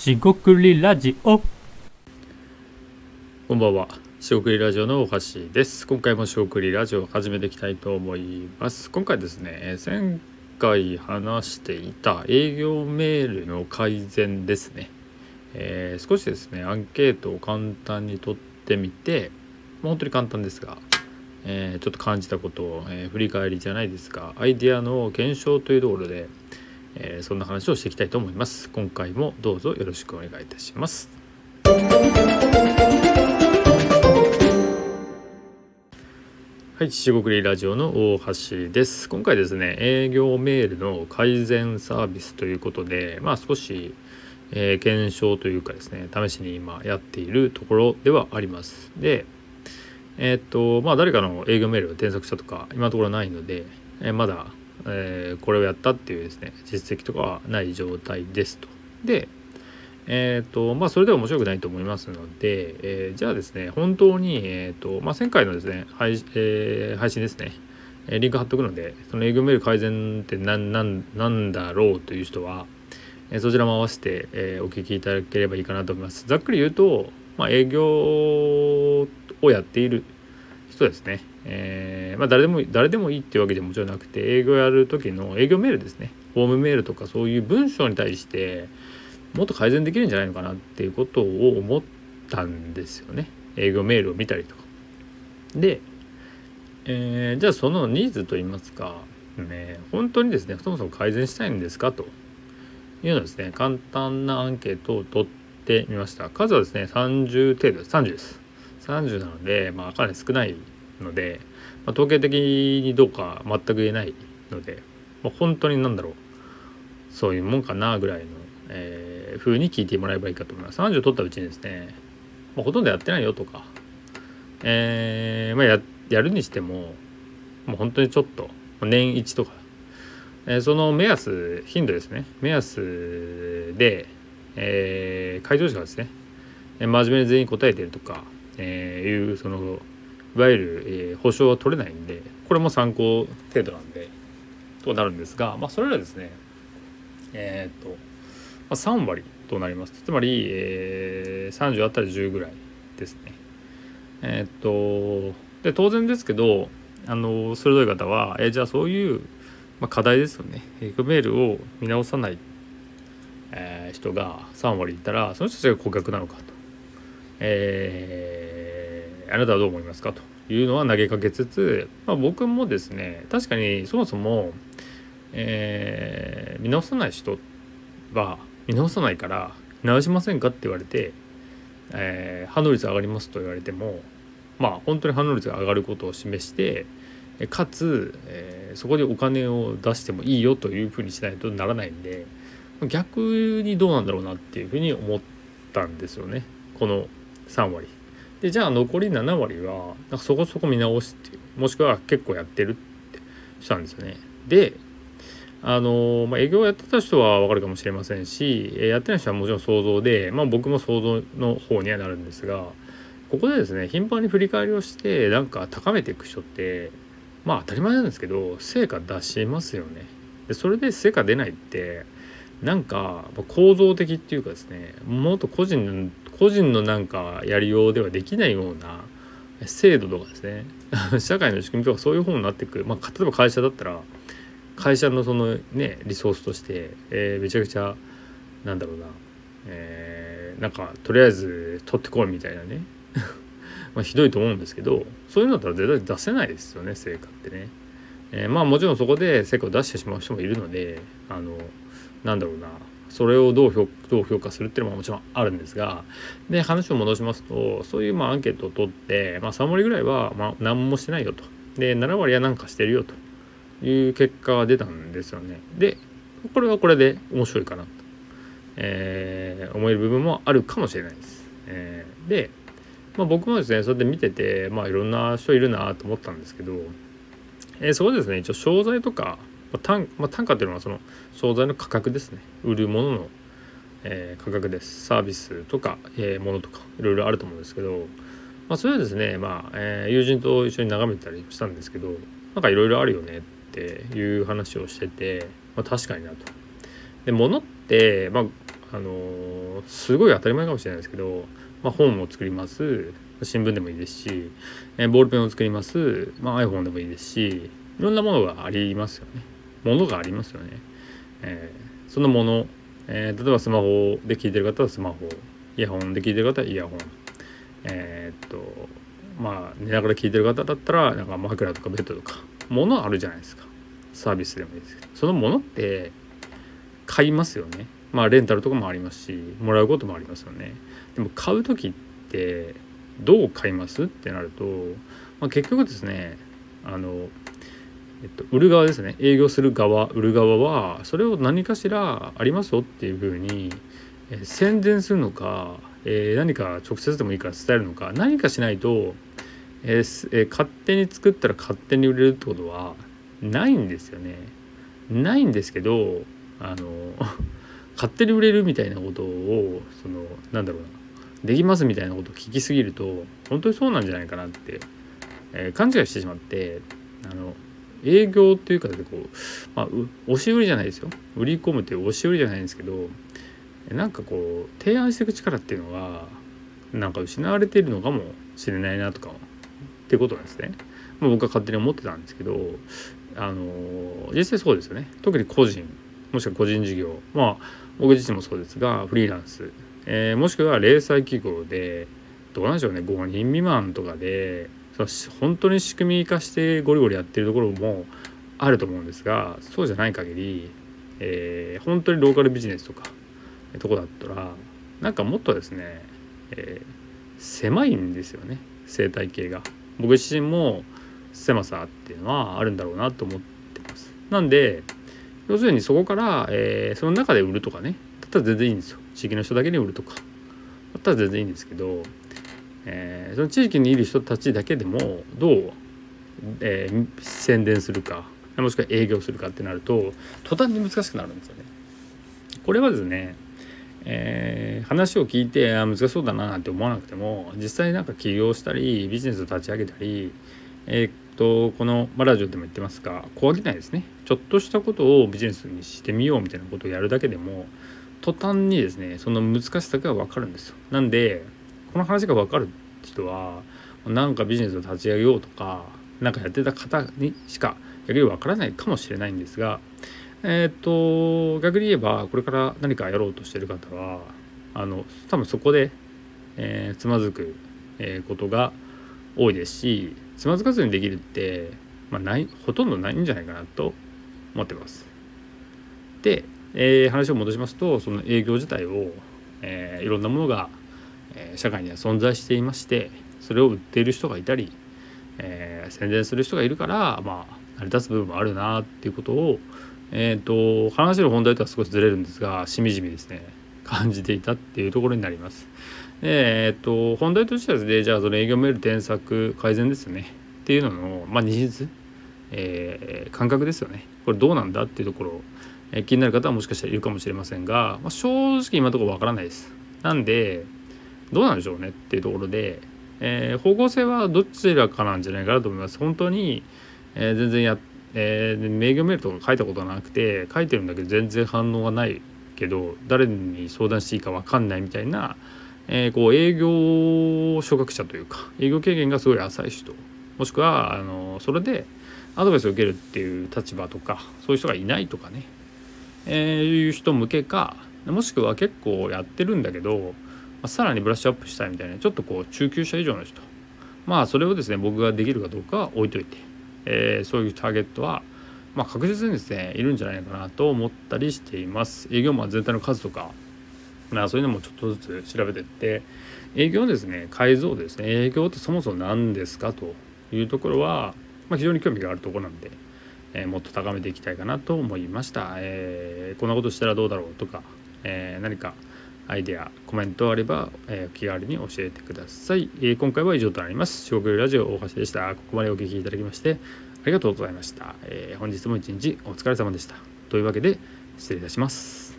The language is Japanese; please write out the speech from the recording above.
しごくりラジオ。 こんばんは。しごくりラジオのおはしです。今回もしごくりラジオを始めていきたいと思います。今回ですね、前回話していた営業メールの改善ですね。少しですねアンケートを簡単に取ってみて、本当に簡単ですが、ちょっと感じたことを、振り返りじゃないですが、アイデアの検証というところで、そんな話をしていきたいと思います。今回もどうぞよろしくお願いいたします。はい、しごくりラジオの大橋です。今回ですね、営業メールの改善サービスということで、少し、検証というかですね、試しに今やっているところではあります。で、誰かの営業メールを添削したとか今のところないので、まだ、これをやったっていうですね実績とかはない状態ですと。で、それでは面白くないと思いますので、じゃあですね本当に、前回のですね配信ですね、リンク貼っとくので、その営業メール改善ってなんだろうという人は、そちらも合わせて、お聞きいただければいいかなと思います。ざっくり言うと、営業をやっている人ですね。誰でもいいっていうわけじゃもちろんなくて、営業やる時の営業メールですね、ホームメールとかそういう文章に対してもっと改善できるんじゃないのかなっていうことを思ったんですよね。営業メールを見たりとかで、じゃあそのニーズといいますか、本当にですねそもそも改善したいんですかというのですね、簡単なアンケートを取ってみました。数はですね30程度です。30です。30なので、かなり少ないので、統計的にどうか全く言えないので、本当にそういうもんかなぐらいの、風に聞いてもらえばいいかと思います。30取ったうちにですね、ほとんどやってないよとか、やるにしてももう本当にちょっと年1とか、その目安頻度ですね、目安で、回答者がですね真面目に全員答えてるとか、いうそのいわゆる、保証は取れないんで、これも参考程度なんでとなるんですが、それらですね3割となります。つまり、30あったら10ぐらいですね。で当然ですけど、鋭い方は、じゃあそういう、課題ですよね。営業メールを見直さない、人が3割いたら、その人たちが顧客なのかと、あなたはどう思いますかというのは投げかけつつ、僕もですね確かにそもそも、見直さない人は見直さないから見直しませんかって言われて、反応率上がりますと言われても、本当に反応率が上がることを示して、かつ、そこでお金を出してもいいよというふうにしないとならないんで、逆にどうなんだろうなっていうふうに思ったんですよね、この3割で。じゃあ残り7割はそこそこ見直しっていう、もしくは結構やってるってしたんですよね。で営業をやってた人は分かるかもしれませんし、やってない人はもちろん想像で、僕も想像の方にはなるんですが、ここでですね頻繁に振り返りをして高めていく人って当たり前なんですけど成果出しますよね。でそれで成果出ないって構造的っていうかですね、もっと個人のやりようではできないような制度とかですね社会の仕組みとかそういう方になっていく。例えば会社だったら会社のそのねリソースとして、めちゃくちゃとりあえず取ってこいみたいなねひどいと思うんですけど、そういうのだったら絶対出せないですよね、成果ってね。もちろんそこで成果を出してしまう人もいるので、それをどう評価するっていうのももちろんあるんですが、で話を戻しますと、そういうアンケートを取って、3割ぐらいは何もしてないよと、で7割は何かしてるよという結果が出たんですよね。でこれはこれで面白いかなと、思える部分もあるかもしれないです。で僕もですねそれで見てて、いろんな人いるなと思ったんですけど、そこでですね一応商材とか、単価っていうのはその商材の価格ですね、売るものの、価格です。サービスとか、ものとかいろいろあると思うんですけど、それはですね友人と一緒に眺めたりしたんですけど、いろいろあるよねっていう話をしてて、確かになと。で物って、 すごい当たり前かもしれないですけど、本を作ります、新聞でもいいですし、ボールペンを作ります、iPhone でもいいですし、いろんなものがありますよね。ものがありますよね。そのもの、例えばスマホで聞いてる方はスマホ、イヤホンで聞いてる方はイヤホン、寝ながら聞いてる方だったらなんか枕とかベッドとかものあるじゃないですか。サービスでもいいですけど、そのものって買いますよね。レンタルとかもありますし、もらうこともありますよね。でも買う時ってどう買いますってなると、結局ですね、売る側ですね、営業する側、売る側はそれを何かしらありますよっていう風に、宣伝するのか、何か直接でもいいから伝えるのか、何かしないと、勝手に作ったら勝手に売れるってことはないんですよね。ないんですけど、勝手に売れるみたいなことをできますみたいなことを聞きすぎると本当にそうなんじゃないかなって、勘違いしてしまって、営業っていうかで押し売りじゃないですよ。売り込むっていう押し売りじゃないんですけど、提案していく力っていうのが失われているのかもしれないなとかってことなんですね。僕は勝手に思ってたんですけど、実際そうですよね。特に個人、もしくは個人事業、僕自身もそうですが、フリーランス、もしくは零細企業でどうなんでしょうね、5人未満とかで本当に仕組み化してゴリゴリやってるところもあると思うんですが、そうじゃない限り、本当にローカルビジネスとかとこだったらもっとですね、狭いんですよね、生態系が。僕自身も狭さっていうのはあるんだろうなと思ってます。なんで要するにそこから、その中で売るとかね、だったら全然いいんですよ。地域の人だけに売るとかだったら全然いいんですけど、その地域にいる人たちだけでもどう、宣伝するか、もしくは営業するかってなると途端に難しくなるんですよね。これはですね、話を聞いて難しそうだななんて思わなくても、実際起業したりビジネスを立ち上げたり、このラジオでも言ってますが、小商いですね、ちょっとしたことをビジネスにしてみようみたいなことをやるだけでも途端にですね、その難しさが分かるんですよ。なんでこの話が分かる人はビジネスを立ち上げようとかやってた方にしか逆に分からないかもしれないんですが、逆に言えばこれから何かやろうとしている方は多分そこで、つまずく、ことが多いですし、つまずかずにできるって、ほとんどないんじゃないかなと思ってます。で、話を戻しますと、その営業自体を、いろんなものが、社会には存在していまして、それを売っている人がいたり、宣伝する人がいるから成り立つ部分もあるなっていうことを、話の本題とは少しずれるんですが、しみじみですね感じていたっていうところになります。本題としてはですね、じゃあその営業メール添削改善ですよねっていうのの、ニーズ、感覚ですよね。これどうなんだっていうところ、気になる方はもしかしたらいるかもしれませんが、正直今のところわからないです。なんでどうなんでしょうねっていうところで、方向性はどちらかなんじゃないかなと思います。本当に、全然営業メールとか書いたことがなくて、書いてるんだけど全然反応がないけど誰に相談していいか分かんないみたいな、営業初学者というか営業経験がすごい浅い人、もしくはそれでアドバイスを受けるっていう立場とかそういう人がいないとかね、いう人向けか、もしくは結構やってるんだけど、さらにブラッシュアップしたいみたいなちょっと中級者以上の人、それをですね僕ができるかどうかは置いといて、そういうターゲットは確実にですねいるんじゃないかなと思ったりしています。営業マン全体の数とか、そういうのもちょっとずつ調べていって、営業のですね改造ですね、営業ってそもそも何ですかというところは、非常に興味があるところなんで、もっと高めていきたいかなと思いました。こんなことしたらどうだろうとか、何かアイデアコメントあれば、気軽に教えてください。今回は以上となります。四国ラジオ大橋でした。ここまでお聞きいただきましてありがとうございました。本日も一日お疲れ様でした。というわけで失礼いたします。